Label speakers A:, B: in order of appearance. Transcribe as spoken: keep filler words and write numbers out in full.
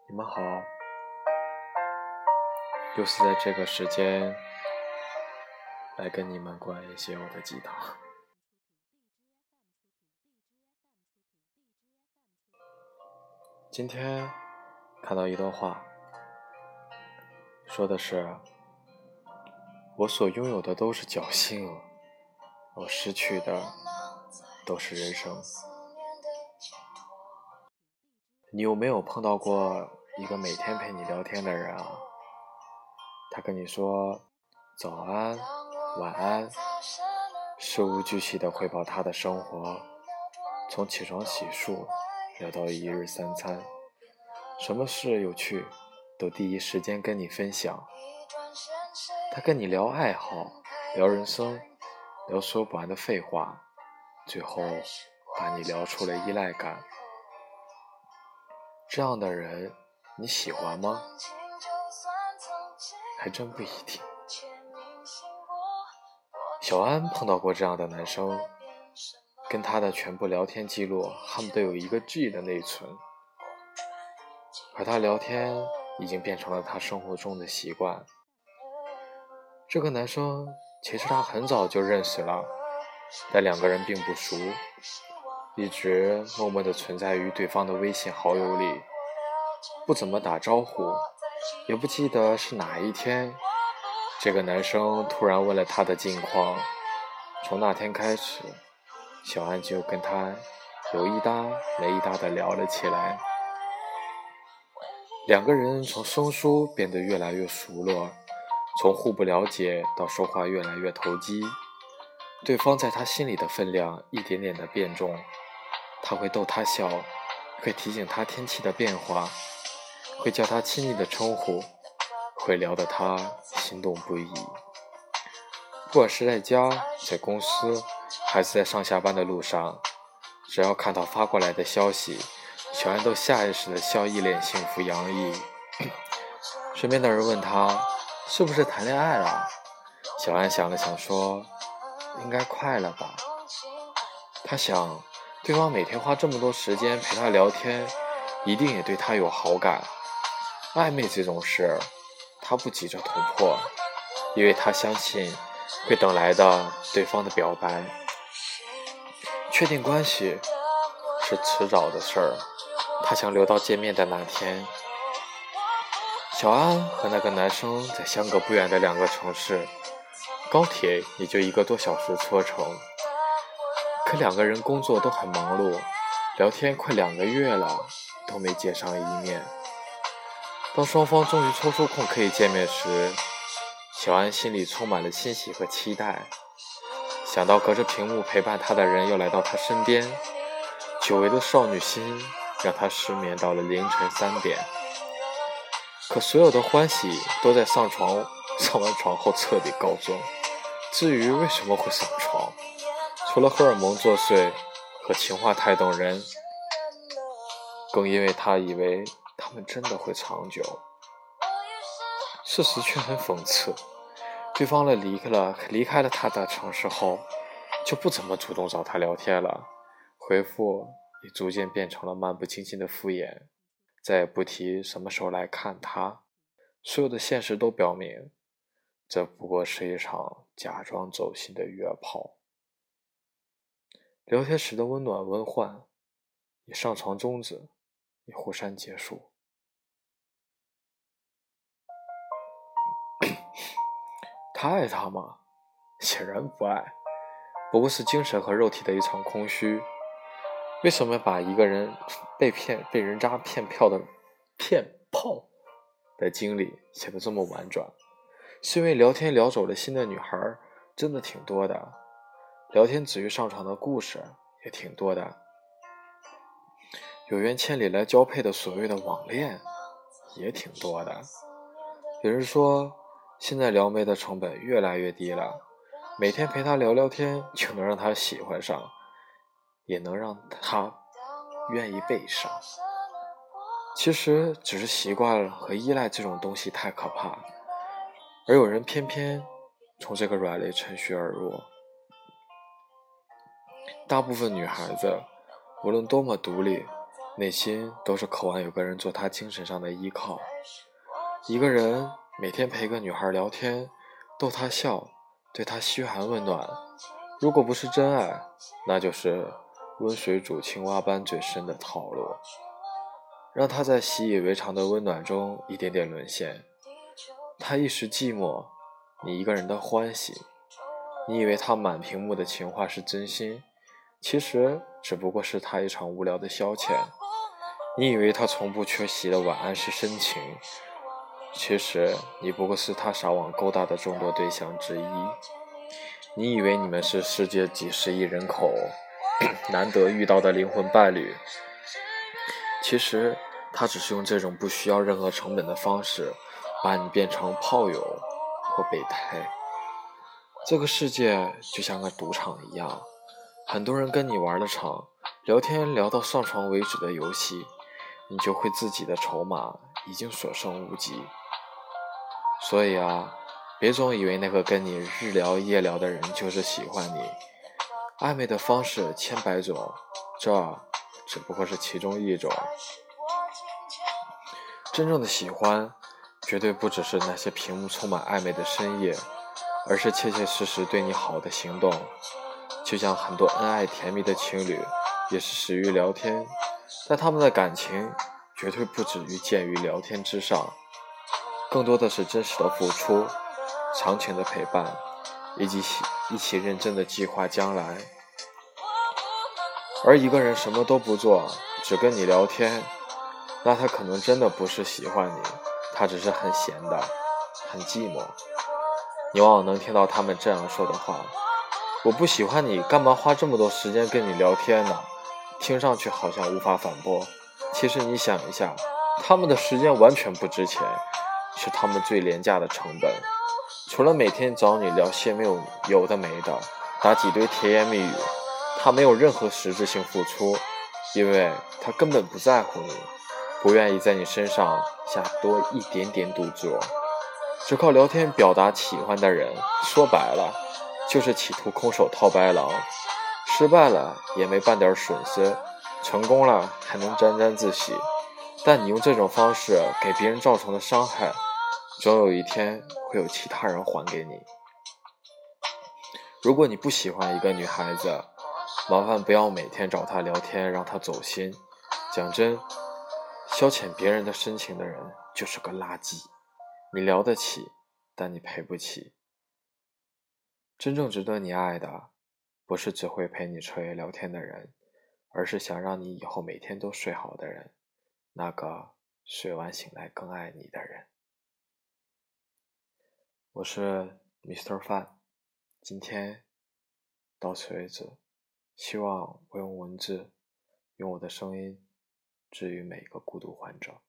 A: 你们好，又是在这个时间来跟你们灌一些我的鸡汤。今天看到一段话，说的是我所拥有的都是侥幸，我失去的都是人生。你有没有碰到过一个每天陪你聊天的人啊？他跟你说早安晚安，事无巨细地汇报他的生活，从起床洗漱聊到一日三餐，什么事有趣都第一时间跟你分享。他跟你聊爱好，聊人生，聊说不完的废话，最后把你聊出了依赖感。这样的人你喜欢吗？还真不一定。小安碰到过这样的男生，跟他的全部聊天记录恨不得有一个 G 的内存，而他聊天已经变成了他生活中的习惯。这个男生其实他很早就认识了，但两个人并不熟，一直默默地存在于对方的微信好友里，不怎么打招呼，也不记得是哪一天这个男生突然问了他的近况。从那天开始，小安就跟他有一搭没一搭地聊了起来。两个人从生疏变得越来越熟络，从互不了解到说话越来越投机。对方在他心里的分量一点点的变重，他会逗他笑，会提醒他天气的变化，会叫他亲昵的称呼，会聊得他心动不已。不管是在家、在公司，还是在上下班的路上，只要看到发过来的消息，小安都下意识地笑，一脸幸福洋溢。身边的人问他是不是谈恋爱了，小安想了想说应该快了吧。他想对方每天花这么多时间陪他聊天，一定也对他有好感。暧昧这种事他不急着突破，因为他相信会等来的对方的表白。确定关系是迟早的事儿，他想留到见面的那天。小安和那个男生在相隔不远的两个城市，高铁也就一个多小时车程，可两个人工作都很忙碌，聊天快两个月了都没见上一面。当双方终于抽出空可以见面时，小安心里充满了欣喜和期待。想到隔着屏幕陪伴他的人又来到他身边，久违的少女心让他失眠到了凌晨三点。可所有的欢喜都在上床上完床后彻底告终。至于为什么会上床，除了荷尔蒙作祟和情话太动人，更因为他以为他们真的会长久。事实却很讽刺，对方了离开了离开了他的城市后，就不怎么主动找他聊天了，回复也逐渐变成了漫不经心的敷衍，再也不提什么时候来看他。所有的现实都表明，这不过是一场假装走心的约炮。聊天时的温暖温患，以上床终止，以互删结束。他爱他吗？显然不爱，不过是精神和肉体的一场空虚。为什么把一个人被骗被人渣骗票的骗炮的经历写得这么婉转？是因为聊天聊走了心的女孩真的挺多的，聊天止于上床的故事也挺多的，有缘千里来交配的所谓的网恋也挺多的。有人说现在撩妹的成本越来越低了，每天陪他聊聊天就能让他喜欢上，也能让他愿意背上。其实只是习惯了和依赖这种东西太可怕，而有人偏偏从这个软肋趁虚而入。大部分女孩子无论多么独立， 内心都是渴望有个人做他精神上的依靠。一个人每天陪个女孩聊天，逗她笑，对她嘘寒问暖，如果不是真爱，那就是温水煮青蛙般最深的套路，让她在习以为常的温暖中一点点沦陷。她一时寂寞，你一个人的欢喜。你以为他满屏幕的情话是真心，其实只不过是他一场无聊的消遣。你以为他从不缺席的晚安是深情，其实你不过是他撒网勾搭的众多对象之一。你以为你们是世界几十亿人口难得遇到的灵魂伴侣，其实他只是用这种不需要任何成本的方式把你变成炮友或备胎。这个世界就像个赌场一样，很多人跟你玩了场聊天聊到上床为止的游戏，你就会自己的筹码已经所剩无几。所以啊，别总以为那个跟你日聊夜聊的人就是喜欢你，暧昧的方式千百种，这只不过是其中一种。真正的喜欢绝对不只是那些屏幕充满暧昧的深夜，而是切切实实对你好的行动。就像很多恩爱甜蜜的情侣也是始于聊天，但他们的感情绝对不止于建于聊天之上，更多的是真实的付出，长情的陪伴，以及一起认真的计划将来。而一个人什么都不做，只跟你聊天，那他可能真的不是喜欢你，他只是很闲的，很寂寞。你往往能听到他们这样说的话：我不喜欢你，干嘛花这么多时间跟你聊天呢？听上去好像无法反驳，其实你想一下，他们的时间完全不值钱，是他们最廉价的成本。除了每天找你聊些没有有的没的，打几堆甜言蜜语，他没有任何实质性付出，因为他根本不在乎你，不愿意在你身上下多一点点赌注。只靠聊天表达喜欢的人，说白了就是企图空手套白狼，失败了也没半点损失，成功了还能沾沾自喜。但你用这种方式给别人造成的伤害，总有一天会有其他人还给你。如果你不喜欢一个女孩子，麻烦不要每天找她聊天让她走心。讲真，消遣别人的深情的人就是个垃圾。你聊得起，但你赔不起。真正值得你爱的，不是只会陪你彻夜聊天的人，而是想让你以后每天都睡好的人，那个睡完醒来更爱你的人。我是 Mister Fan， 今天到此为止，希望我用文字，用我的声音治愈每个孤独患者。